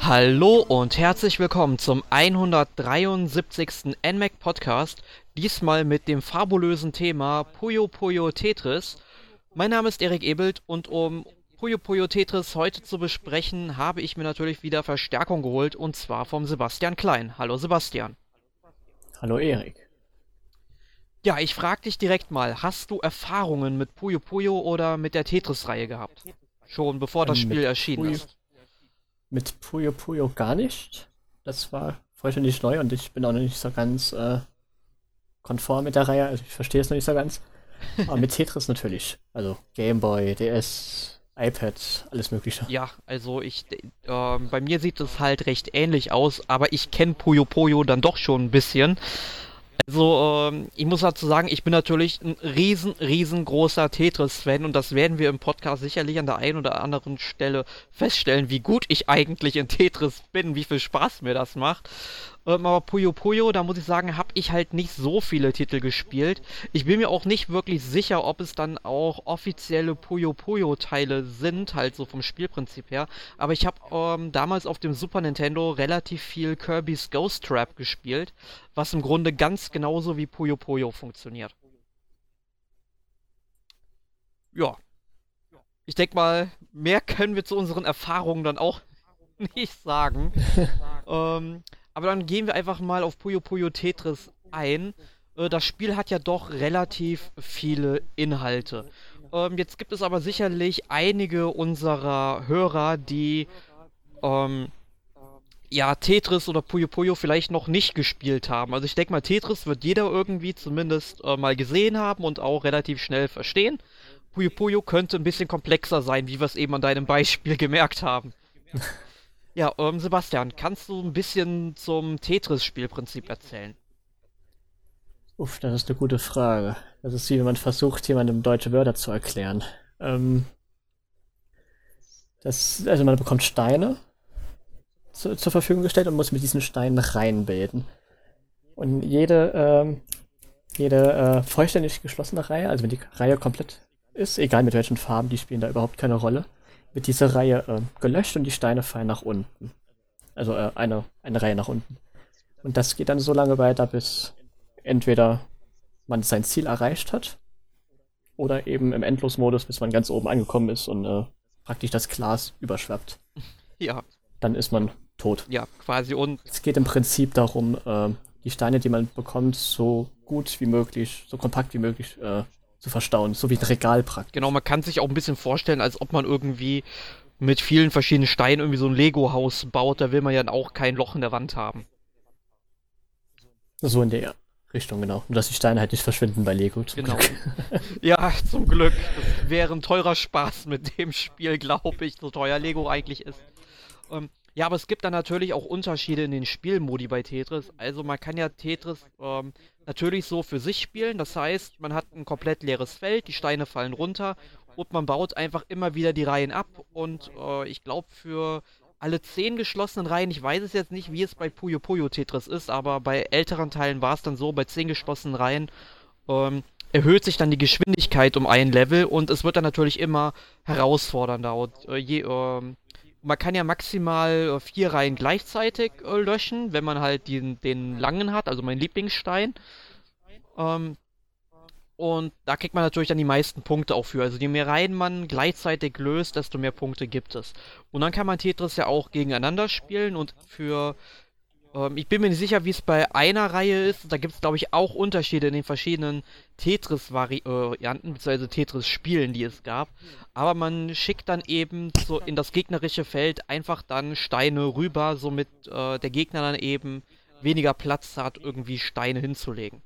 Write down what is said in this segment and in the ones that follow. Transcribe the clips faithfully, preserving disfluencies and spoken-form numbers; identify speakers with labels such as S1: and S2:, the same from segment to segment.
S1: Hallo und herzlich willkommen zum hundertdreiundsiebzigsten N M A C Podcast, diesmal mit dem fabulösen Thema Puyo Puyo Tetris. Mein Name ist Erik Ebelt und um Puyo Puyo Tetris heute zu besprechen, habe ich mir natürlich wieder Verstärkung geholt und zwar vom Sebastian Klein. Hallo Sebastian.
S2: Hallo Erik.
S1: Ja, ich frage dich direkt mal, hast du Erfahrungen mit Puyo Puyo oder mit der Tetris-Reihe gehabt? Schon bevor das
S2: Ähm,
S1: Spiel
S2: mit
S1: erschienen
S2: Puyo,
S1: ist.
S2: mit Puyo Puyo gar nicht. Das war vollständig neu und ich bin auch noch nicht so ganz äh, konform mit der Reihe. Also ich verstehe es noch nicht so ganz. Aber mit Tetris natürlich. Also Game Boy, D S, iPad, alles Mögliche.
S1: Ja, also ich, ähm, bei mir sieht es halt recht ähnlich aus, aber ich kenne Puyo Puyo dann doch schon ein bisschen. Also, ähm, ich muss dazu sagen, ich bin natürlich ein riesen, riesengroßer Tetris-Fan und das werden wir im Podcast sicherlich an der einen oder anderen Stelle feststellen, wie gut ich eigentlich in Tetris bin, wie viel Spaß mir das macht. Ähm, aber Puyo Puyo, da muss ich sagen, habe ich halt nicht so viele Titel gespielt. Ich bin mir auch nicht wirklich sicher, ob es dann auch offizielle Puyo Puyo Teile sind, halt so vom Spielprinzip her. Aber ich habe ähm, damals auf dem Super Nintendo relativ viel Kirby's Ghost Trap gespielt, was im Grunde ganz genauso wie Puyo Puyo funktioniert. Ja, ich denke mal, mehr können wir zu unseren Erfahrungen dann auch nicht sagen. Ähm, aber dann gehen wir einfach mal auf Puyo Puyo Tetris ein. Äh, das Spiel hat ja doch relativ viele Inhalte. Ähm, jetzt gibt es aber sicherlich einige unserer Hörer, die ähm, ja, Tetris oder Puyo Puyo vielleicht noch nicht gespielt haben. Also ich denke mal, Tetris wird jeder irgendwie zumindest äh, mal gesehen haben und auch relativ schnell verstehen. Puyo Puyo könnte ein bisschen komplexer sein, wie wir es eben an deinem Beispiel gemerkt haben. Ja, ähm, Sebastian, kannst du ein bisschen zum Tetris-Spielprinzip erzählen?
S2: Uff, das ist eine gute Frage. Das ist wie wenn man versucht, jemandem deutsche Wörter zu erklären. Ähm, das, also man bekommt Steine zu, zur Verfügung gestellt und muss mit diesen Steinen Reihen bilden. Und jede, ähm, jede äh, vollständig geschlossene Reihe, also wenn die Reihe komplett ist, egal mit welchen Farben, die spielen da überhaupt keine Rolle, wird diese Reihe äh, gelöscht und die Steine fallen nach unten. Also äh, eine, eine Reihe nach unten. Und das geht dann so lange weiter, bis entweder man sein Ziel erreicht hat oder eben im Endlosmodus, bis man ganz oben angekommen ist und äh, praktisch das Glas überschwappt.
S1: Ja,
S2: Dann ist man tot.
S1: ja, quasi und
S2: Es geht im Prinzip darum, äh, die Steine, die man bekommt, so gut wie möglich, so kompakt wie möglich äh, zu verstauen. So wie ein Regal
S1: genau,
S2: praktisch.
S1: man kann sich auch ein bisschen vorstellen, als ob man irgendwie mit vielen verschiedenen Steinen irgendwie so ein Lego-Haus baut, da will man ja dann auch kein Loch in der Wand haben.
S2: So in der Richtung, genau. Nur dass die Steine halt nicht verschwinden bei Lego, zum
S1: Genau.
S2: Glück.
S1: Ja, zum Glück. Das wäre ein teurer Spaß mit dem Spiel, glaube ich, so teuer Lego eigentlich ist. Ähm, ja, aber es gibt dann natürlich auch Unterschiede in den Spielmodi bei Tetris. Also man kann ja Tetris ähm, natürlich so für sich spielen. Das heißt, man hat ein komplett leeres Feld, die Steine fallen runter und man baut einfach immer wieder die Reihen ab. Und äh, ich glaube für alle zehn geschlossenen Reihen, ich weiß es jetzt nicht, wie es bei Puyo Puyo Tetris ist, aber bei älteren Teilen war es dann so, bei zehn geschlossenen Reihen ähm, erhöht sich dann die Geschwindigkeit um ein Level und es wird dann natürlich immer herausfordernder. Und, äh, je, ähm, man kann ja maximal äh, vier Reihen gleichzeitig äh, löschen, wenn man halt den, den langen hat, also mein Lieblingsstein. Ähm, und da kriegt man natürlich dann die meisten Punkte auch für. Also je mehr Reihen man gleichzeitig löst, desto mehr Punkte gibt es. Und dann kann man Tetris ja auch gegeneinander spielen und für ähm, ich bin mir nicht sicher, wie es bei einer Reihe ist. Da gibt es, glaube ich, auch Unterschiede in den verschiedenen Tetris-Varianten, beziehungsweise Tetris-Spielen, die es gab. Aber man schickt dann eben so in das gegnerische Feld einfach dann Steine rüber, somit äh, der Gegner dann eben weniger Platz hat, irgendwie Steine hinzulegen.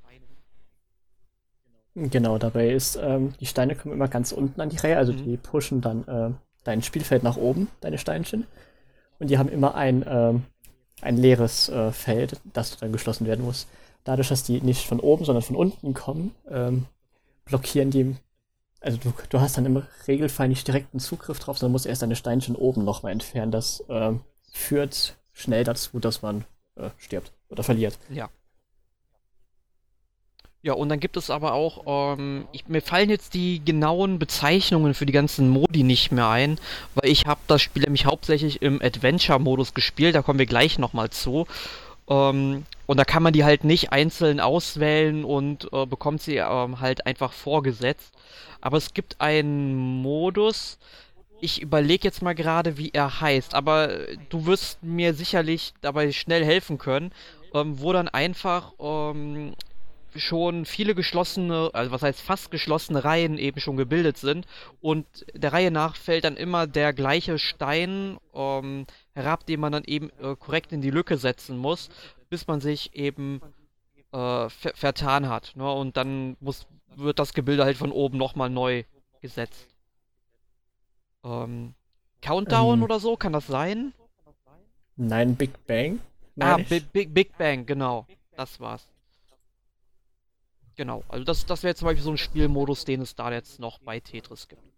S2: Genau, dabei ist, ähm, die Steine kommen immer ganz unten an die Reihe, also
S1: Mhm.
S2: die pushen dann äh, dein Spielfeld nach oben, deine Steinchen. Und die haben immer ein, ähm, ein leeres äh, Feld, das dann geschlossen werden muss. Dadurch, dass die nicht von oben, sondern von unten kommen, ähm, blockieren die, also du, du hast dann im Regelfall nicht direkten Zugriff drauf, sondern musst erst deine Steinchen oben nochmal entfernen. Das ähm, führt schnell dazu, dass man äh, stirbt oder verliert.
S1: Ja. Ja, und dann gibt es aber auch, ähm, ich, mir fallen jetzt die genauen Bezeichnungen für die ganzen Modi nicht mehr ein, weil ich habe das Spiel nämlich hauptsächlich im Adventure-Modus gespielt, da kommen wir gleich nochmal zu. Ähm, und da kann man die halt nicht einzeln auswählen und äh, bekommt sie ähm, halt einfach vorgesetzt. Aber es gibt einen Modus, ich überlege jetzt mal gerade, wie er heißt, aber äh, du wirst mir sicherlich dabei schnell helfen können, ähm, wo dann einfach ähm, schon viele geschlossene, also was heißt fast geschlossene Reihen eben schon gebildet sind und der Reihe nach fällt dann immer der gleiche Stein ähm, herab, den man dann eben äh, korrekt in die Lücke setzen muss, bis man sich eben äh, ver vertan hat. Ne? Und dann muss, wird das Gebilde halt von oben nochmal neu gesetzt. Ähm, Countdown
S2: Ähm,
S1: oder so, kann das sein?
S2: nein, Big Bang,
S1: Ah,
S2: meine ich.
S1: Big, Big, Big Bang, genau. Das war's. Genau. Also das, das wäre zum Beispiel so ein Spielmodus, den es da jetzt noch bei Tetris gibt.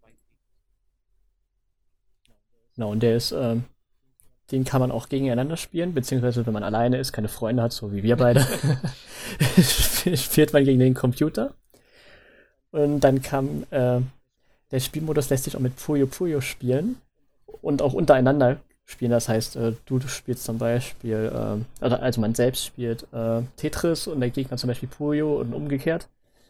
S2: Genau, und der ist, ähm, den kann man auch gegeneinander spielen, beziehungsweise wenn man alleine ist, keine Freunde hat, so wie wir beide, spielt man gegen den Computer. Und dann kam, äh, der Spielmodus lässt sich auch mit Puyo Puyo spielen und auch untereinander spielen. Das heißt, äh, du, du spielst zum Beispiel, äh, also, also man selbst spielt äh, Tetris und der Gegner zum Beispiel Puyo und umgekehrt.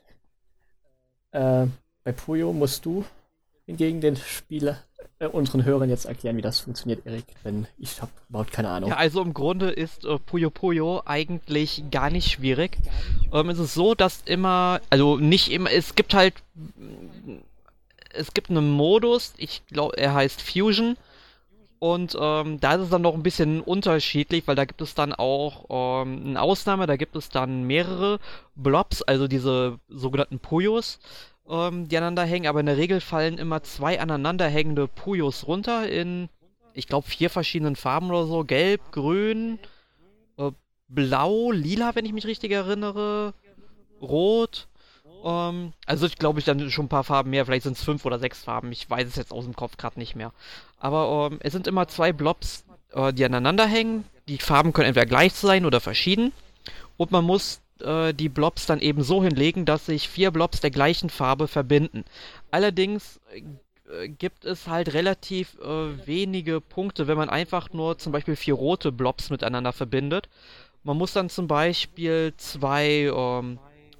S2: Äh, bei Puyo musst du hingegen den Spieler, äh, unseren Hörern jetzt erklären, wie das funktioniert, Erik, denn ich habe überhaupt keine Ahnung.
S1: Ja, also im Grunde ist äh, Puyo Puyo eigentlich gar nicht schwierig. Ähm, es ist so, dass immer, also nicht immer, es gibt halt, es gibt einen Modus, ich glaube, er heißt Fusion. Und ähm, da ist es dann noch ein bisschen unterschiedlich, weil da gibt es dann auch ähm, eine Ausnahme, da gibt es dann mehrere Blobs, also diese sogenannten Puyos, ähm, die aneinander hängen, aber in der Regel fallen immer zwei aneinanderhängende Puyos runter in, ich glaube, vier verschiedenen Farben oder so, gelb, grün, äh, blau, lila, wenn ich mich richtig erinnere, rot. Ähm, also ich glaube, ich dann schon ein paar Farben mehr, vielleicht sind es fünf oder sechs Farben, ich weiß es jetzt aus dem Kopf gerade nicht mehr. Aber ähm, es sind immer zwei Blobs, äh, die aneinander hängen. Die Farben können entweder gleich sein oder verschieden. Und man muss äh, die Blobs dann eben so hinlegen, dass sich vier Blobs der gleichen Farbe verbinden. Allerdings äh, gibt es halt relativ äh, wenige Punkte, wenn man einfach nur zum Beispiel vier rote Blobs miteinander verbindet. Man muss dann zum Beispiel zwei ähm,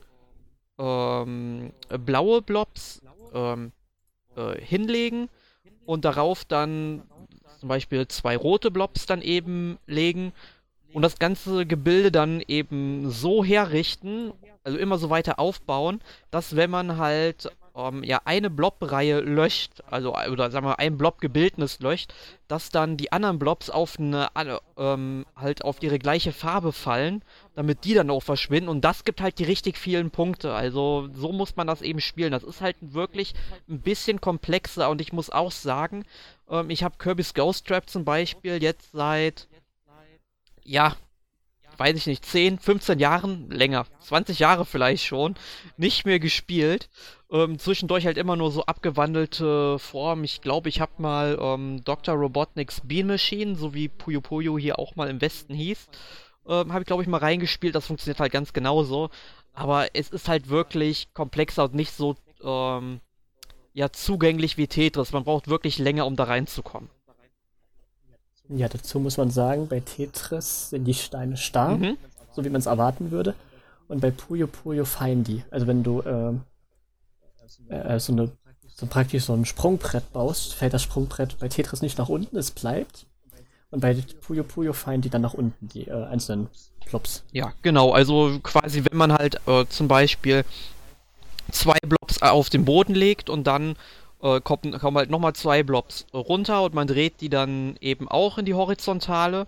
S1: ähm, blaue Blobs ähm, äh, hinlegen und darauf dann zum Beispiel zwei rote Blobs dann eben legen und das ganze Gebilde dann eben so herrichten, also immer so weiter aufbauen, dass wenn man halt ähm, ja eine Blob-Reihe löscht, also oder sagen wir ein Blob-Gebildenes löscht, dass dann die anderen Blobs auf eine alle, ähm, halt auf ihre gleiche Farbe fallen, damit die dann auch verschwinden und das gibt halt die richtig vielen Punkte. Also so muss man das eben spielen. Das ist halt wirklich ein bisschen komplexer und ich muss auch sagen, ähm, ich habe Kirby's Ghost Trap zum Beispiel jetzt seit ja, weiß ich nicht, zehn, fünfzehn Jahren, länger, zwanzig Jahre vielleicht schon, nicht mehr gespielt. Ähm, zwischendurch halt immer nur so abgewandelte Formen. Ich glaube, ich habe mal ähm, Doktor Robotnik's Bean Machine, so wie Puyo Puyo hier auch mal im Westen hieß, ähm, habe ich glaube ich mal reingespielt. Das funktioniert halt ganz genauso. Aber es ist halt wirklich komplexer und nicht so ähm, ja, zugänglich wie Tetris. Man braucht wirklich länger, um da reinzukommen.
S2: Ja, dazu muss man sagen, bei Tetris sind die Steine starr,
S1: Mhm.
S2: so wie man es erwarten würde. Und bei Puyo Puyo fallen die. Also wenn du ähm, äh, so eine so praktisch so ein Sprungbrett baust, fällt das Sprungbrett bei Tetris nicht nach unten, es bleibt. Und bei Puyo Puyo fallen die dann nach unten, die äh, einzelnen Plops.
S1: Ja, genau. Also quasi, wenn man halt äh, zum Beispiel zwei Blobs auf den Boden legt und dann äh, kommen, kommen halt nochmal zwei Blobs runter und man dreht die dann eben auch in die Horizontale.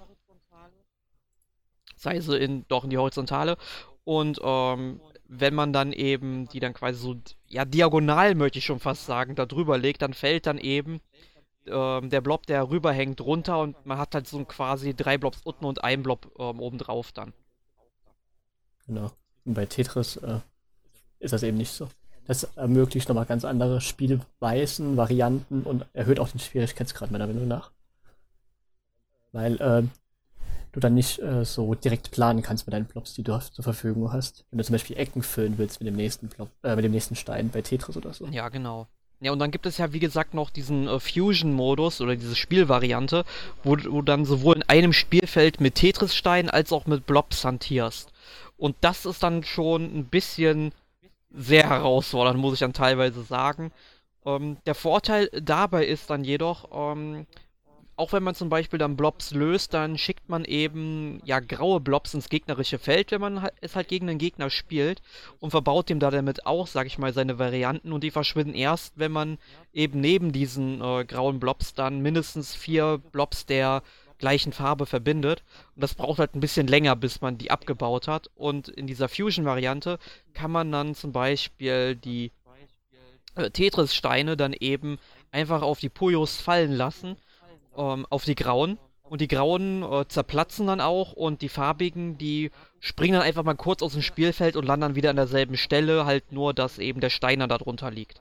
S1: Sei sie in, doch in die Horizontale. Und ähm, wenn man dann eben die dann quasi so, ja, diagonal möchte ich schon fast sagen, da drüber legt, dann fällt dann eben ähm, der Blob, der rüberhängt, runter und man hat halt so quasi drei Blobs unten und ein Blob ähm, oben drauf dann.
S2: Genau. Und bei Tetris äh, ist das eben nicht so. Das ermöglicht nochmal ganz andere Spielweisen, Varianten und erhöht auch den Schwierigkeitsgrad meiner Meinung nach. Weil äh, du dann nicht äh, so direkt planen kannst mit deinen Blobs, die du zur Verfügung hast. Wenn du zum Beispiel Ecken füllen willst mit dem nächsten Blob, äh, mit dem nächsten Stein bei Tetris oder so.
S1: Ja, genau. Ja, und dann gibt es ja, wie gesagt, noch diesen äh, Fusion-Modus oder diese Spielvariante, wo du dann sowohl in einem Spielfeld mit Tetris-Steinen als auch mit Blobs hantierst. Und das ist dann schon ein bisschen sehr herausfordernd, muss ich dann teilweise sagen. Ähm, der Vorteil dabei ist dann jedoch, ähm, auch wenn man zum Beispiel dann Blobs löst, dann schickt man eben ja graue Blobs ins gegnerische Feld, wenn man halt, es halt gegen den Gegner spielt und verbaut dem da damit auch, sag ich mal, seine Varianten und die verschwinden erst, wenn man eben neben diesen äh, grauen Blobs dann mindestens vier Blobs der gleichen Farbe verbindet und das braucht halt ein bisschen länger, bis man die abgebaut hat und in dieser Fusion-Variante kann man dann zum Beispiel die äh, Tetris-Steine dann eben einfach auf die Puyos fallen lassen, ähm, auf die grauen. Und die grauen äh, zerplatzen dann auch und die farbigen, die springen dann einfach mal kurz aus dem Spielfeld und landen dann wieder an derselben Stelle, halt nur, dass eben der Stein dann da drunter liegt.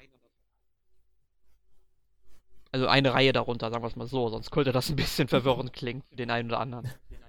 S1: Also eine Reihe darunter, sagen wir es mal so, sonst könnte das ein bisschen verwirrend klingen für den einen oder anderen.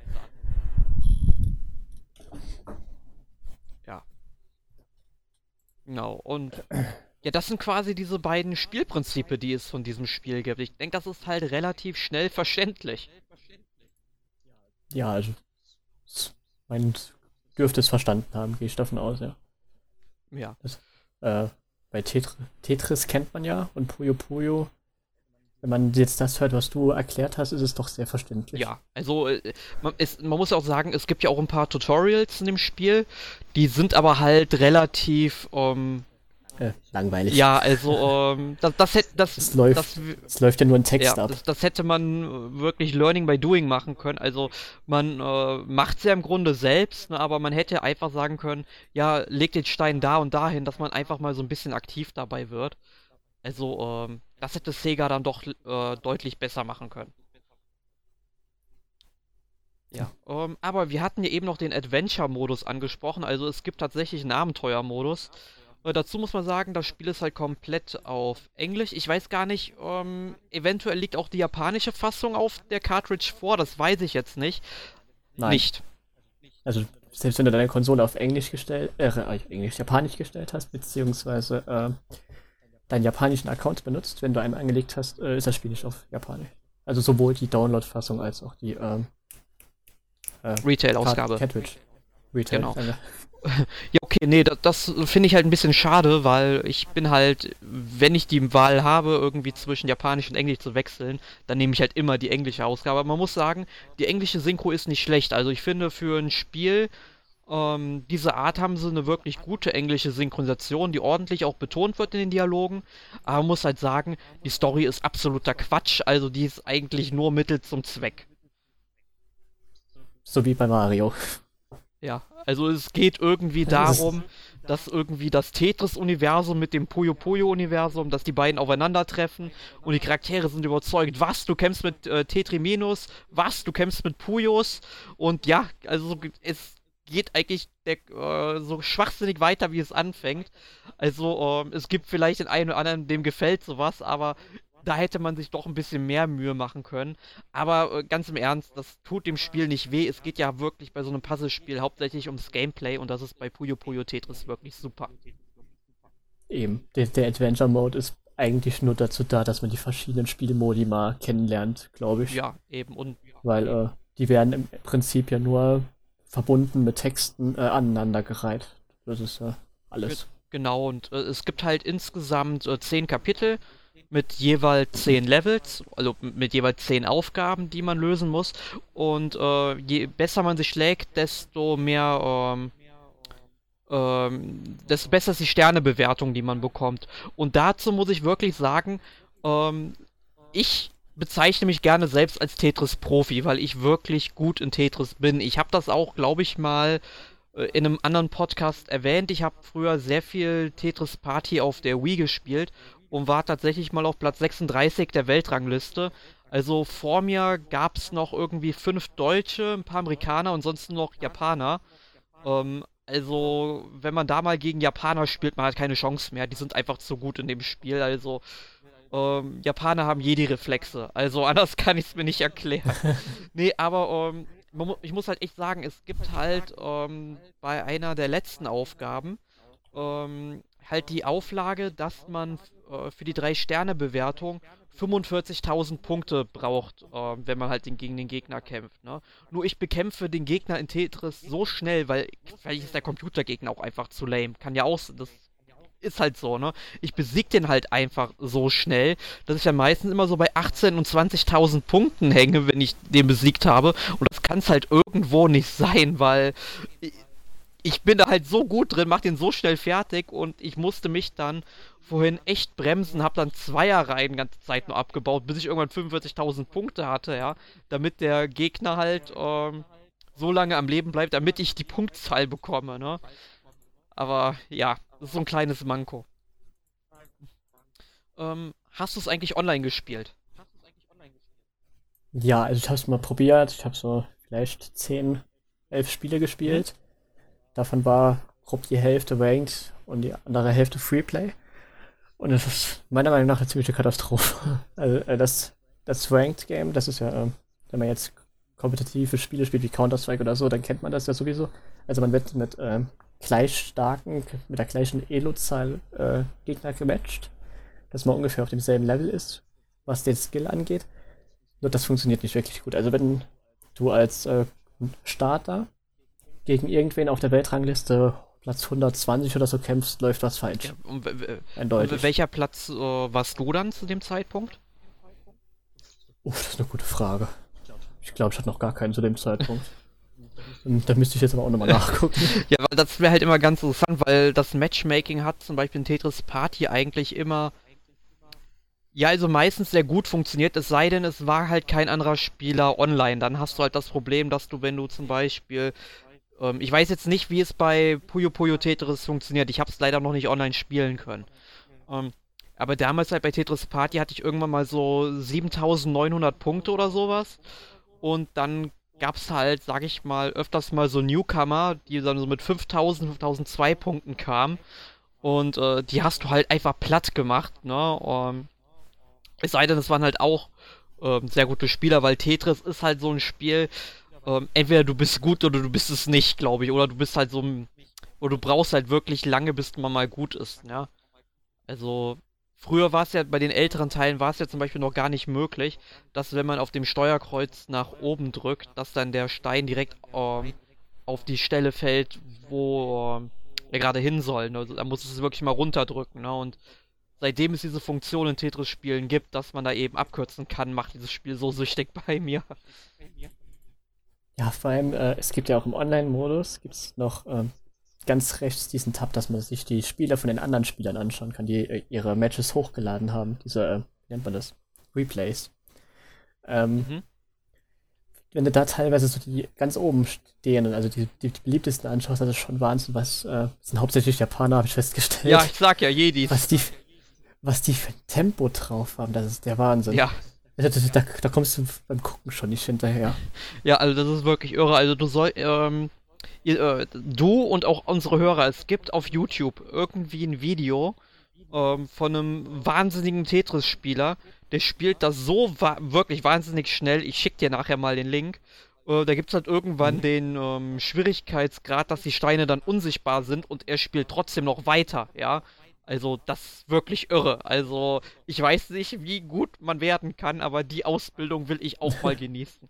S1: Ja. Genau, und ja, das sind quasi diese beiden Spielprinzipe, die es von diesem Spiel gibt. Ich denke, das ist halt relativ schnell verständlich.
S2: Ja, also man dürfte es verstanden haben, gehe ich davon aus, ja.
S1: Ja.
S2: Das, äh, bei Tetris, Tetris kennt man ja und Puyo Puyo, wenn man jetzt das hört, was du erklärt hast, ist es doch sehr verständlich.
S1: Ja, also äh, man, ist, man muss auch sagen, es gibt ja auch ein paar Tutorials in dem Spiel, die sind aber halt relativ ähm,
S2: Äh, langweilig.
S1: ja, also ähm, das, das, hätte, das,
S2: Es läuft,
S1: das,
S2: es läuft ja nur ein Text
S1: ja,
S2: ab.
S1: das, das hätte man wirklich Learning by Doing machen können. Also man äh, macht es ja im Grunde selbst, ne, aber man hätte einfach sagen können, ja, leg den Stein da und dahin, dass man einfach mal so ein bisschen aktiv dabei wird. Also ähm, das hätte Sega dann doch äh, deutlich besser machen können. Ja, ähm, aber wir hatten ja eben noch den Adventure-Modus angesprochen, also es gibt tatsächlich einen Abenteuer-Modus. Äh, dazu muss man sagen, das Spiel ist halt komplett auf Englisch. Ich weiß gar nicht, ähm, eventuell liegt auch die japanische Fassung auf der Cartridge vor, das weiß ich jetzt nicht.
S2: Nein.
S1: Nicht.
S2: Also selbst wenn du deine Konsole auf Englisch gestellt, äh, Englisch, Japanisch gestellt hast, beziehungsweise äh, deinen japanischen Account benutzt, wenn du einen angelegt hast, äh, ist das Spiel nicht auf Japanisch. Also sowohl die Download-Fassung als auch die ähm, äh,
S1: Retail-Ausgabe.
S2: Cartridge. Retail.
S1: Genau.
S2: Äh,
S1: Ja, okay, nee, das, das finde ich halt ein bisschen schade, weil ich bin halt, wenn ich die Wahl habe, irgendwie zwischen Japanisch und Englisch zu wechseln, dann nehme ich halt immer die englische Ausgabe. Aber man muss sagen, die englische Synchro ist nicht schlecht. Also ich finde für ein Spiel, ähm, diese Art haben sie eine wirklich gute englische Synchronisation, die ordentlich auch betont wird in den Dialogen. Aber man muss halt sagen, die Story ist absoluter Quatsch, also die ist eigentlich nur Mittel zum Zweck.
S2: so wie bei Mario.
S1: Ja, also es geht irgendwie darum, dass irgendwie das Tetris-Universum mit dem Puyo Puyo-Universum, dass die beiden aufeinandertreffen und die Charaktere sind überzeugt, was, du kämpfst mit äh, Tetriminus, was, du kämpfst mit Puyos und ja, also es geht eigentlich der, äh, so schwachsinnig weiter, wie es anfängt. Also ähm, es gibt vielleicht den einen oder anderen, dem gefällt sowas, aber da hätte man sich doch ein bisschen mehr Mühe machen können. Aber äh, ganz im Ernst, das tut dem Spiel nicht weh. Es geht ja wirklich bei so einem Puzzlespiel hauptsächlich ums Gameplay und das ist bei Puyo Puyo Tetris wirklich super.
S2: Eben. Der, der Adventure Mode ist eigentlich nur dazu da, dass man die verschiedenen Spielmodi mal kennenlernt, glaube ich.
S1: Ja, eben. Und
S2: Weil äh, die werden im Prinzip ja nur verbunden mit Texten äh, aneinandergereiht. Das ist äh, alles.
S1: genau, und äh, es gibt halt insgesamt äh, zehn Kapitel mit jeweils zehn Levels, also mit jeweils zehn Aufgaben, die man lösen muss. Und äh, je besser man sich schlägt, desto mehr, ähm, ähm, desto besser ist die Sternebewertung, die man bekommt. Und dazu muss ich wirklich sagen, ähm, ich bezeichne mich gerne selbst als Tetris-Profi, weil ich wirklich gut in Tetris bin. Ich habe das auch, glaube ich, mal äh, in einem anderen Podcast erwähnt. Ich habe früher sehr viel Tetris Party auf der Wii gespielt und war tatsächlich mal auf Platz sechsunddreißig der Weltrangliste. Also vor mir gab es noch irgendwie fünf Deutsche, ein paar Amerikaner und sonst noch Japaner. Ähm, also wenn man da mal gegen Japaner spielt, man hat keine Chance mehr. Die sind einfach zu gut in dem Spiel. Also ähm, Japaner haben Jedi-Reflexe. Also anders kann ich es mir nicht erklären. Nee, aber ähm, man mu- ich muss halt echt sagen, es gibt halt ähm, bei einer der letzten Aufgaben ähm, halt die Auflage, dass man äh, für die drei-Sterne-Bewertung fünfundvierzigtausend Punkte braucht, ähm, wenn man halt den, gegen den Gegner kämpft. Ne? Nur ich bekämpfe den Gegner in Tetris so schnell, weil vielleicht ist der Computergegner auch einfach zu lame. Kann ja auch, s- das ist halt so, ne? Ich besieg den halt einfach so schnell, dass ich dann meistens immer so bei achtzehntausend und zwanzigtausend Punkten hänge, wenn ich den besiegt habe. Und das kann es halt irgendwo nicht sein, weil i- ich bin da halt so gut drin, mach den so schnell fertig und ich musste mich dann vorhin echt bremsen, hab dann Zweierreihen die ganze Zeit nur abgebaut, bis ich irgendwann fünfundvierzigtausend Punkte hatte, ja, damit der Gegner halt ähm, so lange am Leben bleibt, damit ich die Punktzahl bekomme, ne? Aber ja, das ist so ein kleines Manko. Ähm, hast du es eigentlich online gespielt?
S2: Ja, also ich habe es mal probiert. Ich habe so vielleicht zehn, elf Spiele
S1: Mhm.
S2: gespielt. Davon war grob die Hälfte Ranked und die andere Hälfte Freeplay. Und das ist meiner Meinung nach eine ziemliche Katastrophe. Also äh, das, das Ranked Game, das ist ja, ähm, wenn man jetzt kompetitive Spiele spielt wie Counter-Strike oder so, dann kennt man das ja sowieso. Also man wird mit ähm, gleich starken, mit der gleichen Elo-Zahl äh, Gegner gematcht, dass man ungefähr auf demselben Level ist, was den Skill angeht. Nur das funktioniert nicht wirklich gut. Also wenn du als äh, Starter gegen irgendwen auf der Weltrangliste Platz hundertzwanzig oder so kämpfst, läuft was
S1: Ja,
S2: falsch.
S1: und, w- w- und w-
S2: Eindeutig.
S1: welcher Platz äh, warst du dann zu dem Zeitpunkt?
S2: Uff, das ist eine gute Frage. Ich glaube, ich hatte noch gar keinen zu dem Zeitpunkt. Hm, Da müsste ich jetzt aber auch nochmal nachgucken.
S1: Ja, weil das wäre halt immer ganz interessant, weil das Matchmaking hat zum Beispiel in Tetris Party eigentlich immer, ja, also meistens sehr gut funktioniert, es sei denn, es war halt kein anderer Spieler online. Dann hast du halt das Problem, dass du, wenn du zum Beispiel, ähm, ich weiß jetzt nicht, wie es bei Puyo Puyo Tetris funktioniert, ich habe es leider noch nicht online spielen können. Ähm, aber damals halt bei Tetris Party hatte ich irgendwann mal so siebentausendneunhundert Punkte oder sowas. Und dann gab es halt, sag ich mal, öfters mal so Newcomer, die dann so mit fünftausend, fünftausendzwei Punkten kamen. Und äh, die hast du halt einfach platt gemacht, ne? Um, es sei denn, es waren halt auch ähm, sehr gute Spieler, weil Tetris ist halt so ein Spiel, ähm, entweder du bist gut oder du bist es nicht, glaube ich. Oder du bist halt so ein, oder du brauchst halt wirklich lange, bis man mal gut ist, ja. Also, früher war es ja, bei den älteren Teilen war es ja zum Beispiel noch gar nicht möglich, dass wenn man auf dem Steuerkreuz nach oben drückt, dass dann der Stein direkt ähm, auf die Stelle fällt, wo ähm, er gerade hin soll. Ne? Also, da muss es wirklich mal runterdrücken. Ne? Und seitdem es diese Funktion in Tetris-Spielen gibt, dass man da eben abkürzen kann, macht dieses Spiel so süchtig bei mir.
S2: Ja, vor allem, äh, es gibt ja auch im Online-Modus, gibt es noch ähm, ganz rechts diesen Tab, dass man sich die Spieler von den anderen Spielern anschauen kann, die äh, ihre Matches hochgeladen haben. Diese, äh, wie nennt man das? Replays. Ähm,
S1: Mhm.
S2: Wenn du da teilweise so die ganz oben stehen, also die, die, die beliebtesten anschaust, das ist schon Wahnsinn, was, äh, das sind hauptsächlich Japaner, habe ich
S1: Ja,
S2: festgestellt,
S1: ich sag ja, Jedis.
S2: was die, was die für ein Tempo drauf haben, das ist der Wahnsinn.
S1: Ja,
S2: Da, da, da, da kommst du beim Gucken schon nicht hinterher.
S1: ja, also das ist wirklich irre. Also du soll, ähm, ihr, äh, du und auch unsere Hörer, es gibt auf YouTube irgendwie ein Video, ähm, von einem wahnsinnigen Tetris-Spieler. Der spielt das so wa wirklich wahnsinnig schnell. Ich schick dir nachher mal den Link. Äh, da gibt's halt irgendwann
S2: Mhm.
S1: den ähm, Schwierigkeitsgrad, dass die Steine dann unsichtbar sind und er spielt trotzdem noch weiter, ja. Also, das ist wirklich irre. Also, ich weiß nicht, wie gut man werden kann, aber die Ausbildung will ich auch mal genießen.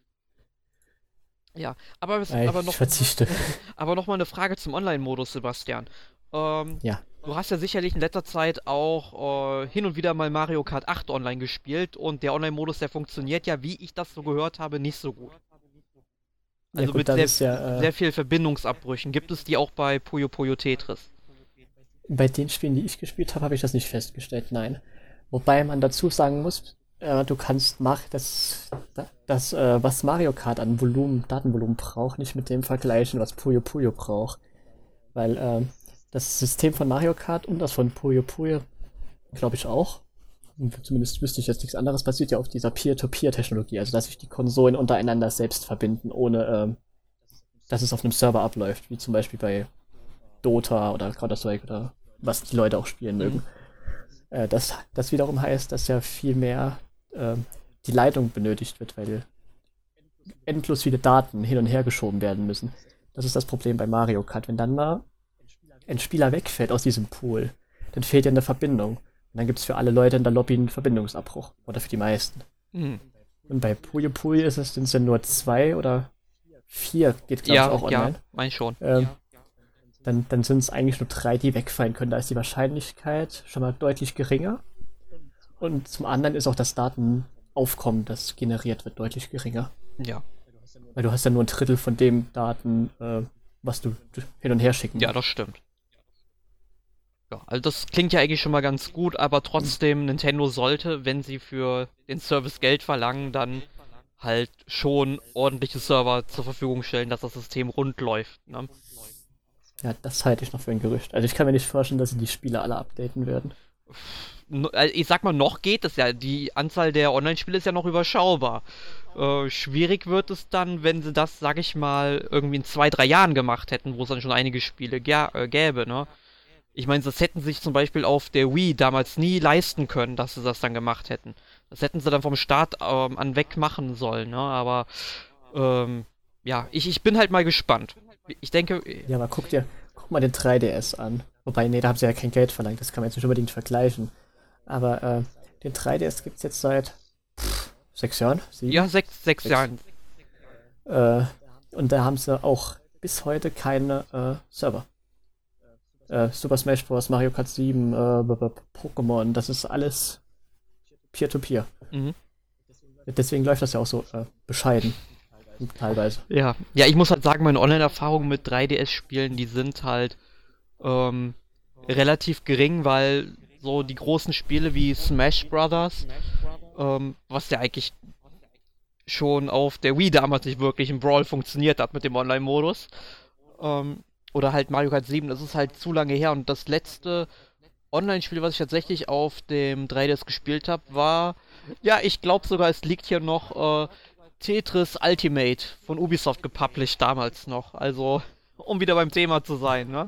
S1: Ja, aber, es-
S2: Äh,
S1: aber
S2: Ich
S1: noch,
S2: verzichte.
S1: aber noch mal eine Frage zum Online-Modus, Sebastian. Ähm,
S2: Ja.
S1: du hast ja sicherlich in letzter Zeit auch äh, hin und wieder mal Mario Kart acht online gespielt und der Online-Modus, der funktioniert ja, wie ich das so gehört habe, nicht so gut.
S2: Ja
S1: Also
S2: gut,
S1: mit
S2: das
S1: sehr,
S2: ist ja, äh,
S1: sehr viel Verbindungsabbrüchen. Gibt es die auch bei Puyo Puyo Tetris?
S2: bei den Spielen, die ich gespielt habe, habe ich das nicht festgestellt, nein. Wobei man dazu sagen muss, äh, du kannst mach das, das äh, was Mario Kart an Volumen, Datenvolumen braucht, nicht mit dem vergleichen, was Puyo Puyo braucht. Weil ähm, das System von Mario Kart und das von Puyo Puyo, glaube ich auch, und zumindest wüsste ich jetzt nichts anderes, basiert ja auf dieser Peer-to-Peer-Technologie, also dass sich die Konsolen untereinander selbst verbinden, ohne ähm, dass es auf einem Server abläuft, wie zum Beispiel bei Dota oder Counter-Strike oder was die Leute auch spielen
S1: Mhm.
S2: mögen. Äh, das, das wiederum heißt, dass ja viel mehr ähm, die Leitung benötigt wird, weil endlos viele Daten hin und her geschoben werden müssen. Das ist das Problem bei Mario Kart. Wenn dann mal ein Spieler wegfällt aus diesem Pool, dann fehlt ja eine Verbindung. Und dann gibt es für alle Leute in der Lobby einen Verbindungsabbruch. Oder für die meisten.
S1: Mhm.
S2: Und bei Puyo Puyo ist es, sind es ja nur zwei oder vier, geht glaube
S1: Ja,
S2: ich auch online.
S1: ja, mein schon.
S2: Ähm, dann dann sind es eigentlich nur drei, die wegfallen können. Da ist die Wahrscheinlichkeit schon mal deutlich geringer. Und zum anderen ist auch das Datenaufkommen, das generiert wird, deutlich geringer.
S1: Ja.
S2: Weil du hast ja nur ein Drittel von dem Daten, äh, was du hin und her schicken
S1: Ja,
S2: musst.
S1: das stimmt. Ja, also das klingt ja eigentlich schon mal ganz gut, aber trotzdem, Nintendo sollte, wenn sie für den Service Geld verlangen, dann halt schon ordentliche Server zur Verfügung stellen, dass das System rund läuft. Ne?
S2: Ja, das halte ich noch für ein Gerücht. Also ich kann mir nicht vorstellen, dass sie die Spiele alle updaten werden.
S1: No- also Ich sag mal, noch geht es ja. Die Anzahl der Online-Spiele ist ja noch überschaubar. Äh, schwierig wird es dann, wenn sie das, sag ich mal, irgendwie in zwei, drei Jahren gemacht hätten, wo es dann schon einige Spiele gä- äh, gäbe, ne? Ich meine, das hätten sie sich zum Beispiel auf der Wii damals nie leisten können, dass sie das dann gemacht hätten. Das hätten sie dann vom Start ähm, an weg machen sollen, ne? Aber ähm, ja, ich, ich bin halt mal gespannt. Ich denke,
S2: Ja, aber guck dir, guck mal den drei D S an. Wobei, nee, da haben sie ja kein Geld verlangt, das kann man jetzt nicht unbedingt vergleichen. Aber äh, den drei D S gibt's jetzt seit pff, sechs Jahren, sieben?
S1: ja, sechs, sechs
S2: Sechs.
S1: Jahren.
S2: Äh, und da haben sie auch bis heute keine äh, Server. Äh, Super Smash Bros., Mario Kart sieben, äh, B- B- Pokémon, das ist alles Peer-to-Peer.
S1: Mhm.
S2: Deswegen läuft das ja auch so äh, bescheiden. Teilweise.
S1: Ja, ja, ich muss halt sagen, meine Online-Erfahrungen mit drei D S-Spielen, die sind halt ähm, relativ gering, weil so die großen Spiele wie Smash Brothers, ähm, was ja eigentlich schon auf der Wii damals nicht wirklich im Brawl funktioniert hat mit dem Online-Modus, ähm, oder halt Mario Kart sieben, das ist halt zu lange her. Und das letzte Online-Spiel, was ich tatsächlich auf dem drei D S gespielt habe, war, ja, ich glaube sogar, es liegt hier noch, äh, Tetris Ultimate von Ubisoft gepublished damals noch. Also, um wieder beim Thema zu sein, ne?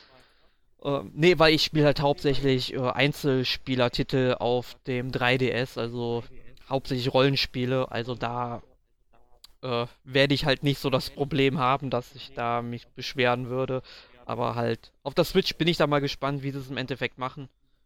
S1: Äh, nee, weil ich spiele halt hauptsächlich äh, Einzelspielertitel auf dem drei D S, also hauptsächlich Rollenspiele. Also da äh, werde ich halt nicht so das Problem haben, dass ich da mich beschweren würde. Aber halt, auf der Switch bin ich da mal gespannt, wie sie es im Endeffekt machen.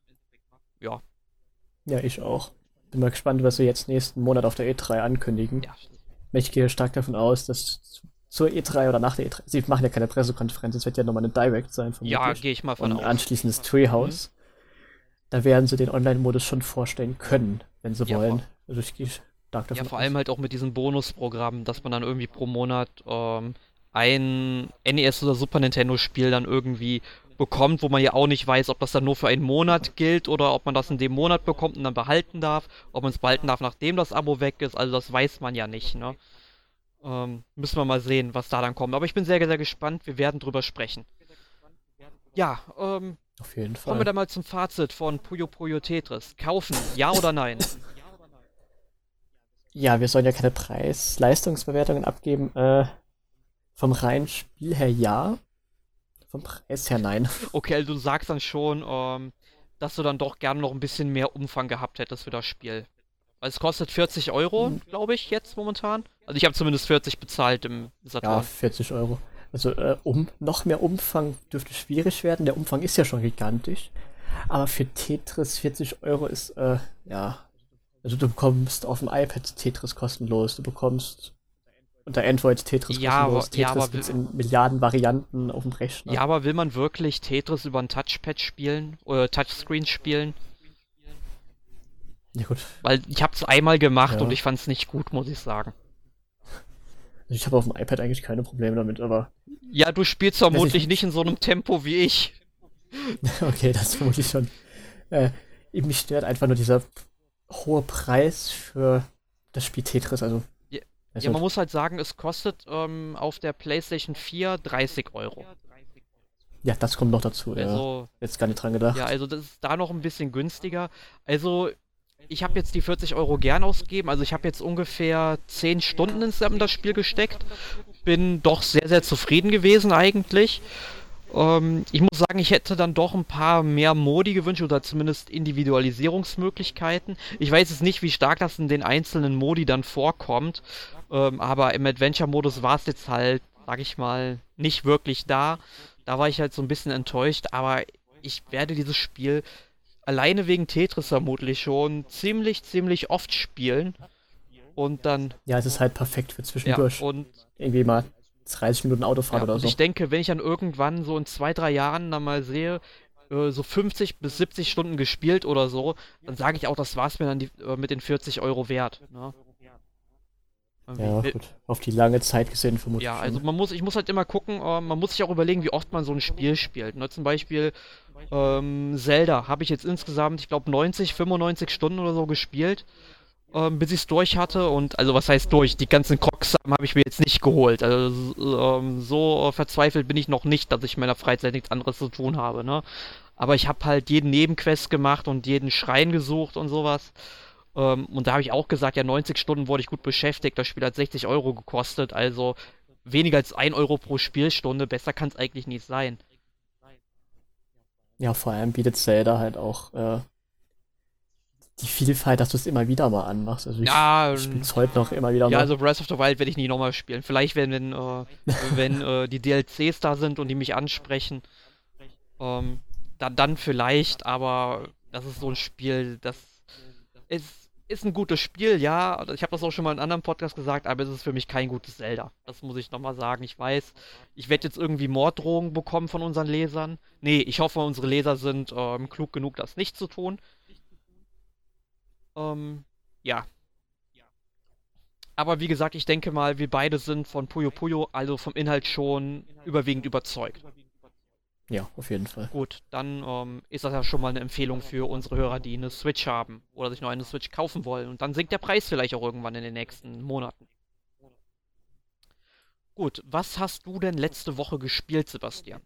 S1: Ja,
S2: Ja, ich auch. Bin mal gespannt, was sie jetzt nächsten Monat auf der E drei ankündigen.
S1: ja.
S2: Ich gehe stark davon aus, dass zu- zur E drei oder nach der E drei, sie machen ja keine Pressekonferenz, es wird ja nochmal eine Direct sein,
S1: Ja,
S2: vermutlich.
S1: gehe ich mal von
S2: Und
S1: aus.
S2: anschließend das Treehouse. Da werden sie den Online-Modus schon vorstellen können, wenn sie
S1: Ja,
S2: wollen.
S1: vor-
S2: Also ich gehe stark davon
S1: Ja, vor
S2: aus.
S1: allem halt auch mit diesem Bonusprogramm, dass man dann irgendwie pro Monat ähm, ein N E S oder Super Nintendo Spiel dann irgendwie bekommt, wo man ja auch nicht weiß, ob das dann nur für einen Monat gilt oder ob man das in dem Monat bekommt und dann behalten darf, ob man es behalten darf, nachdem das Abo weg ist, also das weiß man ja nicht, ne? Ähm, müssen wir mal sehen, was da dann kommt. Aber ich bin sehr, sehr gespannt, wir werden drüber sprechen. Ja, ähm,
S2: Auf jeden
S1: kommen wir
S2: Fall.
S1: dann mal zum Fazit von Puyo Puyo Tetris. Kaufen, ja oder nein?
S2: Ja, wir sollen ja keine Preis-Leistungsbewertungen abgeben. Äh, vom reinen Spiel her ja. Vom Preis her nein.
S1: Okay, also du sagst dann schon, ähm, dass du dann doch gerne noch ein bisschen mehr Umfang gehabt hättest für das Spiel. Weil es kostet vierzig Euro, glaube ich, jetzt momentan. Also ich habe zumindest vierzig bezahlt im
S2: Ja,
S1: Saturn.
S2: vierzig Euro. Also äh, um noch mehr Umfang dürfte schwierig werden. Der Umfang ist ja schon gigantisch. Aber für Tetris vierzig Euro ist, äh, ja. Also du bekommst auf dem iPad Tetris kostenlos. Du bekommst unter Android Tetris
S1: Ja, aber-
S2: kostenlos.
S1: ja,
S2: Tetris
S1: aber
S2: gibt's
S1: will-
S2: in Milliarden Varianten auf dem Rechner.
S1: Ja, aber will man wirklich Tetris über ein Touchpad spielen? Oder Touchscreen spielen?
S2: Ja, gut.
S1: Weil ich habe es einmal gemacht
S2: Ja.
S1: und ich fand es nicht gut, muss ich sagen.
S2: Also ich habe auf dem iPad eigentlich keine Probleme damit, aber
S1: Ja, du spielst
S2: ich-
S1: vermutlich nicht in so einem Tempo wie ich.
S2: okay, das vermute ich schon. Äh, mich stört einfach nur dieser hohe Preis für das Spiel Tetris. Also,
S1: Ja,
S2: also
S1: Ja, man muss halt sagen, es kostet ähm, auf der PlayStation vier dreißig Euro.
S2: ja, das kommt noch dazu. Ja.
S1: Also,
S2: Jetzt gar nicht dran gedacht.
S1: ja, also das ist da noch ein bisschen günstiger. Also, ich habe jetzt die vierzig Euro gern ausgegeben. Also, ich habe jetzt ungefähr zehn Stunden insgesamt in das Spiel gesteckt. Bin doch sehr, sehr zufrieden gewesen eigentlich. Ähm, ich muss sagen, ich hätte dann doch ein paar mehr Modi gewünscht oder zumindest Individualisierungsmöglichkeiten. Ich weiß jetzt nicht, wie stark das in den einzelnen Modi dann vorkommt, ähm, aber im Adventure-Modus war es jetzt halt, sag ich mal, nicht wirklich da. Da war ich halt so ein bisschen enttäuscht, aber ich werde dieses Spiel alleine wegen Tetris vermutlich schon ziemlich, ziemlich oft spielen und dann,
S2: Ja, es ist halt perfekt für
S1: ja,
S2: zwischendurch.
S1: und
S2: Irgendwie mal dreißig Minuten Autofahrt
S1: Ja,
S2: oder
S1: und
S2: so.
S1: ich denke, wenn ich dann irgendwann so in zwei, drei Jahren dann mal sehe, äh, so fünfzig bis siebzig Stunden gespielt oder so, dann sage ich auch, das war's mir dann die, äh, mit den vierzig Euro wert. Ne? Irgendwie,
S2: Ja,
S1: will-
S2: gut. Auf die lange Zeit gesehen vermutlich
S1: ja, also
S2: schon.
S1: man muss, ich muss halt immer gucken, äh, man muss sich auch überlegen, wie oft man so ein Spiel spielt. Ne? Zum Beispiel ähm, Zelda habe ich jetzt insgesamt, ich glaube, neunzig, fünfundneunzig Stunden oder so gespielt, ähm, bis ich es durch hatte. Und also was heißt durch? Die ganzen Crocs-Sachen habe ich mir jetzt nicht geholt. Also s- ähm, so äh, verzweifelt bin ich noch nicht, dass ich in meiner Freizeit nichts anderes zu tun habe. Ne? Aber ich habe halt jeden Nebenquest gemacht und jeden Schrein gesucht und sowas. Ähm, und da habe ich auch gesagt, ja, neunzig Stunden wurde ich gut beschäftigt. Das Spiel hat sechzig Euro gekostet. Also weniger als ein Euro pro Spielstunde. Besser kann es eigentlich nicht sein.
S2: Ja, vor allem bietet Zelda halt auch äh, die Vielfalt, dass du es immer wieder mal anmachst. Also ich,
S1: Ja,
S2: ich spiele
S1: ähm,
S2: es heute noch immer wieder
S1: ja,
S2: mal.
S1: also Breath of the Wild werde ich nie nochmal spielen. Vielleicht, wenn, wenn, äh, wenn äh, die D L Cs da sind und die mich ansprechen. Ähm, dann, dann vielleicht, aber das ist so ein Spiel, das ist, ist ein gutes Spiel, ja. Ich habe das auch schon mal in einem anderen Podcast gesagt, aber es ist für mich kein gutes Zelda. Das muss ich nochmal sagen. Ich weiß, ich werde jetzt irgendwie Morddrohungen bekommen von unseren Lesern. Nee, ich hoffe, unsere Leser sind ähm, klug genug, das nicht zu tun. Ähm, ja. Aber wie gesagt, ich denke mal, wir beide sind von Puyo Puyo, also vom Inhalt schon überwiegend überzeugt.
S2: Ja, auf jeden Fall.
S1: Gut, dann ähm, ist das ja schon mal eine Empfehlung für unsere Hörer, die eine Switch haben oder sich noch eine Switch kaufen wollen. Und dann sinkt der Preis vielleicht auch irgendwann in den nächsten Monaten. Gut, was hast du denn letzte Woche gespielt, Sebastian?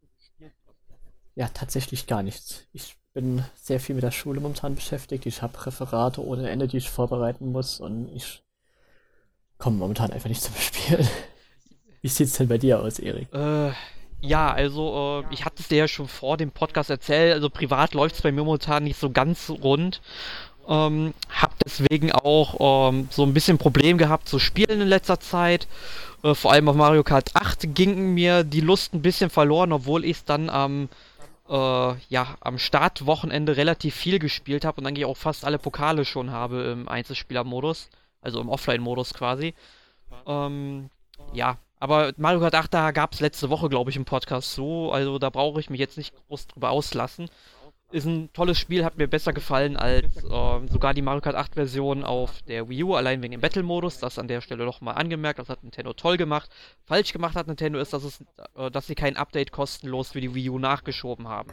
S2: Ja, tatsächlich gar nichts. Ich bin sehr viel mit der Schule momentan beschäftigt. Ich habe Referate ohne Ende, die ich vorbereiten muss und ich komme momentan einfach nicht zum Spielen. Wie sieht's denn bei dir aus, Erik?
S1: Äh, ja, also äh, ich hatte es dir ja schon vor dem Podcast erzählt, also privat läuft es bei mir momentan nicht so ganz rund. Ähm, hab deswegen auch ähm, so ein bisschen Problem gehabt zu spielen in letzter Zeit. Äh, vor allem auf Mario Kart acht ging mir die Lust ein bisschen verloren, obwohl ich es dann am, äh, ja, am Startwochenende relativ viel gespielt habe und eigentlich auch fast alle Pokale schon habe im Einzelspielermodus, also im Offline-Modus quasi. Ähm, ja, aber Mario Kart acht, da gab es letzte Woche, glaube ich, im Podcast so, also da brauche ich mich jetzt nicht groß drüber auslassen. Ist ein tolles Spiel, hat mir besser gefallen als ähm, sogar die Mario Kart acht Version auf der Wii U, allein wegen dem Battle-Modus. Das an der Stelle noch mal angemerkt, das hat Nintendo toll gemacht. Falsch gemacht hat Nintendo ist, dass, es, äh, dass sie kein Update kostenlos für die Wii U nachgeschoben haben.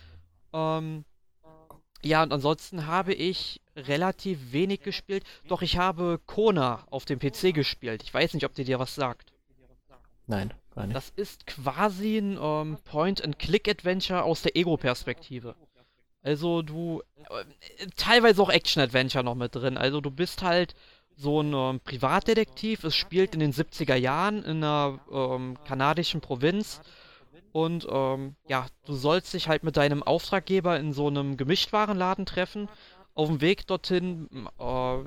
S1: Ähm, ja, und ansonsten habe ich relativ wenig gespielt. Doch ich habe Kona auf dem P C gespielt. Ich weiß nicht, ob dir dir was sagt.
S2: Nein, gar nicht.
S1: Das ist quasi ein ähm, Point-and-Click-Adventure aus der Ego-Perspektive. Also du, äh, teilweise auch Action-Adventure noch mit drin. Also du bist halt so ein ähm, Privatdetektiv. Es spielt in den siebziger Jahren in einer ähm, kanadischen Provinz. Und ähm, ja, du sollst dich halt mit deinem Auftraggeber in so einem Gemischtwarenladen treffen. Auf dem Weg dorthin äh,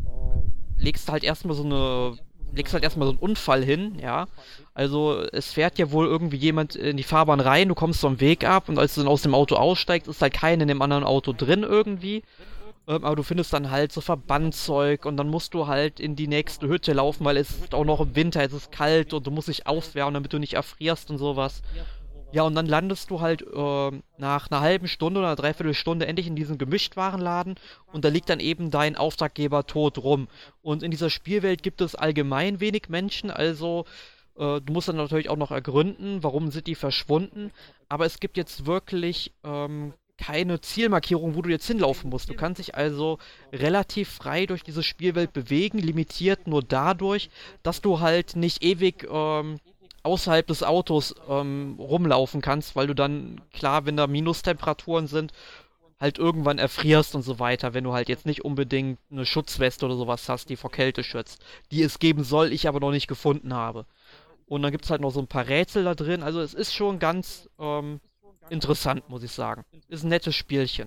S1: legst du halt erstmal so eine, legst halt erstmal so einen Unfall hin, ja. Also es fährt ja wohl irgendwie jemand in die Fahrbahn rein, du kommst so am Weg ab und als du dann aus dem Auto aussteigst, ist halt keiner in dem anderen Auto drin irgendwie. Ähm, aber du findest dann halt so Verbandzeug und dann musst du halt in die nächste Hütte laufen, weil es ist auch noch im Winter, es ist kalt und du musst dich aufwärmen, damit du nicht erfrierst und sowas. Ja, und dann landest du halt ähm, nach einer halben Stunde oder einer Dreiviertelstunde endlich in diesem Gemischtwarenladen und da liegt dann eben dein Auftraggeber tot rum. Und in dieser Spielwelt gibt es allgemein wenig Menschen, also äh, du musst dann natürlich auch noch ergründen, warum sind die verschwunden. Aber es gibt jetzt wirklich ähm, keine Zielmarkierung, wo du jetzt hinlaufen musst. Du kannst dich also relativ frei durch diese Spielwelt bewegen, limitiert nur dadurch, dass du halt nicht ewig ähm, außerhalb des Autos ähm, rumlaufen kannst, weil du dann, klar, wenn da Minustemperaturen sind, halt irgendwann erfrierst und so weiter, wenn du halt jetzt nicht unbedingt eine Schutzweste oder sowas hast, die vor Kälte schützt, die es geben soll, ich aber noch nicht gefunden habe. Und dann gibt es halt noch so ein paar Rätsel da drin. Also es ist schon ganz ähm, interessant, muss ich sagen. Ist ein nettes Spielchen.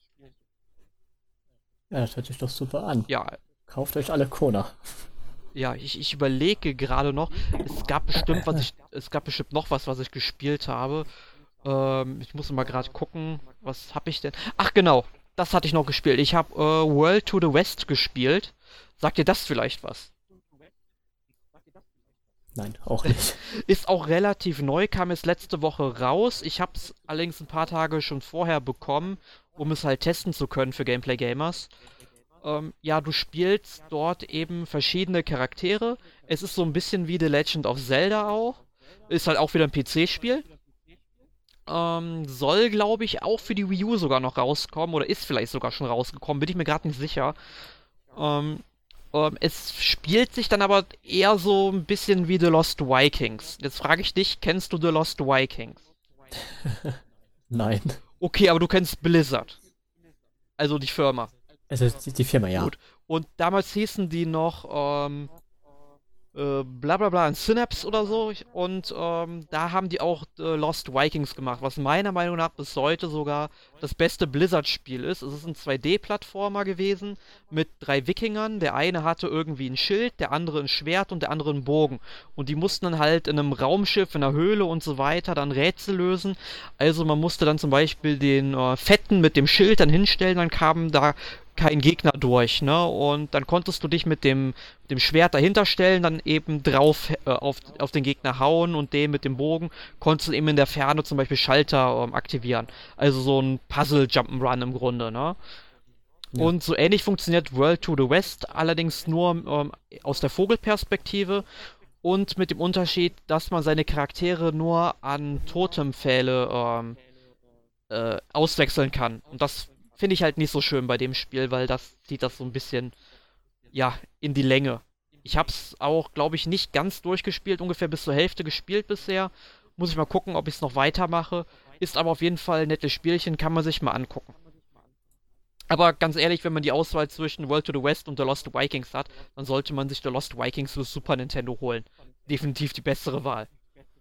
S2: Ja, das hört sich doch super an.
S1: Ja,
S2: Kauft euch alle Kona.
S1: ja, ich, ich überlege gerade noch. Es gab bestimmt was ich, es gab bestimmt noch was, was ich gespielt habe. Ähm, ich muss mal gerade gucken, was habe ich denn? Ach genau, das hatte ich noch gespielt. Ich habe äh, World to the West gespielt. Sagt dir das vielleicht was?
S2: Nein, auch nicht.
S1: Ist auch relativ neu, kam jetzt letzte Woche raus. Ich habe es allerdings ein paar Tage schon vorher bekommen, um es halt testen zu können für Gameplay Gamers. Ähm, ja, du spielst dort eben verschiedene Charaktere. Es ist so ein bisschen wie The Legend of Zelda auch. Ist halt auch wieder ein P C-Spiel. Ähm, soll, glaube ich, auch für die Wii U sogar noch rauskommen. Oder ist vielleicht sogar schon rausgekommen. Bin ich mir gerade nicht sicher. Ähm, ähm, es spielt sich dann aber eher so ein bisschen wie The Lost Vikings. Jetzt frage ich dich, kennst du The Lost Vikings?
S2: Nein.
S1: Okay, aber du kennst Blizzard. Also die Firma.
S2: Es ist die, die Firma, ja.
S1: Gut. Und damals hießen die noch, ähm, äh, bla bla bla, ein Synapse oder so. Ich- Und ähm, da haben die auch äh, Lost Vikings gemacht, was meiner Meinung nach bis heute sogar das beste Blizzard-Spiel ist. Es ist ein zwei D-Plattformer gewesen mit drei Wikingern. Der eine hatte irgendwie ein Schild, der andere ein Schwert und der andere einen Bogen. Und die mussten dann halt in einem Raumschiff, in einer Höhle und so weiter dann Rätsel lösen. Also man musste dann zum Beispiel den äh, Fetten mit dem Schild dann hinstellen, dann kamen da kein Gegner durch, ne? Und dann konntest du dich mit dem, dem Schwert dahinter stellen, dann eben drauf äh, auf, auf den Gegner hauen und den mit dem Bogen konntest du eben in der Ferne zum Beispiel Schalter ähm, aktivieren. Also so ein Puzzle-Jump'n'Run im Grunde, ne?
S2: Ja.
S1: Und so ähnlich funktioniert World to the West, allerdings nur ähm, aus der Vogelperspektive und mit dem Unterschied, dass man seine Charaktere nur an Totempfähle ähm, äh, auswechseln kann. Und das finde ich halt nicht so schön bei dem Spiel, weil das zieht das so ein bisschen, ja, in die Länge. Ich habe es auch, glaube ich, nicht ganz durchgespielt, ungefähr bis zur Hälfte gespielt bisher. Muss ich mal gucken, ob ich es noch weitermache. Ist aber auf jeden Fall ein nettes Spielchen, kann man sich mal angucken. Aber ganz ehrlich, wenn man die Auswahl zwischen World to the West und The Lost Vikings hat, dann sollte man sich The Lost Vikings für Super Nintendo holen. Definitiv die bessere Wahl.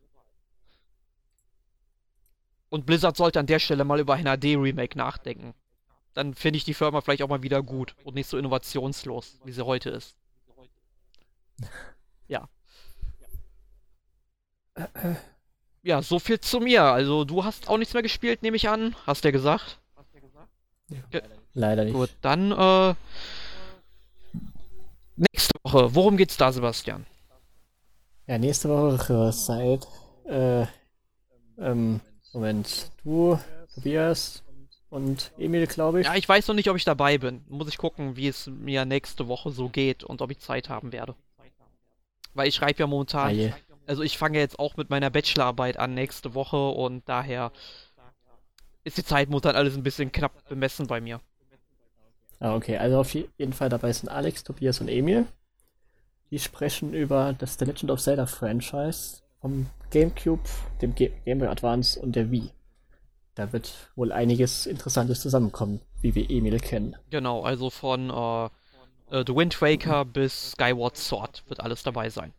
S1: Und Blizzard sollte an der Stelle mal über ein H D-Remake nachdenken. Dann finde ich die Firma vielleicht auch mal wieder gut und nicht so innovationslos, wie sie heute ist. Ja. Ja, so viel zu mir. Also, du hast auch nichts mehr gespielt, nehme ich an. Hast du ja gesagt. Ge-
S2: Leider nicht.
S1: Gut, dann, äh, nächste Woche. Worum geht's da, Sebastian?
S2: Ja, nächste Woche seid, äh, ähm, Moment, du, Tobias und Emil, glaube ich.
S1: Ja, ich weiß noch nicht, ob ich dabei bin. Muss ich gucken, wie es mir nächste Woche so geht und ob ich Zeit haben werde. Weil ich schreibe ja
S2: Ah,
S1: momentan,
S2: je.
S1: also ich fange ja jetzt auch mit meiner Bachelorarbeit an nächste Woche und daher ist die Zeit momentan alles ein bisschen knapp bemessen bei mir.
S2: Ah, okay, also auf je- jeden Fall dabei sind Alex, Tobias und Emil. Die sprechen über das The Legend of Zelda Franchise vom GameCube, dem Ge Game Boy Advance und der Wii. Da wird wohl einiges Interessantes zusammenkommen, wie wir Emil kennen.
S1: Genau, also von äh, äh, The Wind Waker bis Skyward Sword wird alles dabei sein.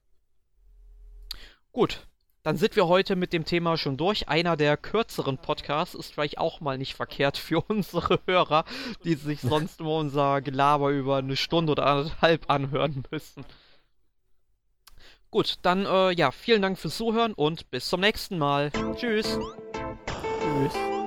S1: Gut, dann sind wir heute mit dem Thema schon durch. Einer der kürzeren Podcasts ist vielleicht auch mal nicht verkehrt für unsere Hörer, die sich sonst immer unser Gelaber über eine Stunde oder anderthalb anhören müssen. Gut, dann äh, ja, vielen Dank fürs Zuhören und bis zum nächsten Mal. Tschüss.
S2: Tschüss.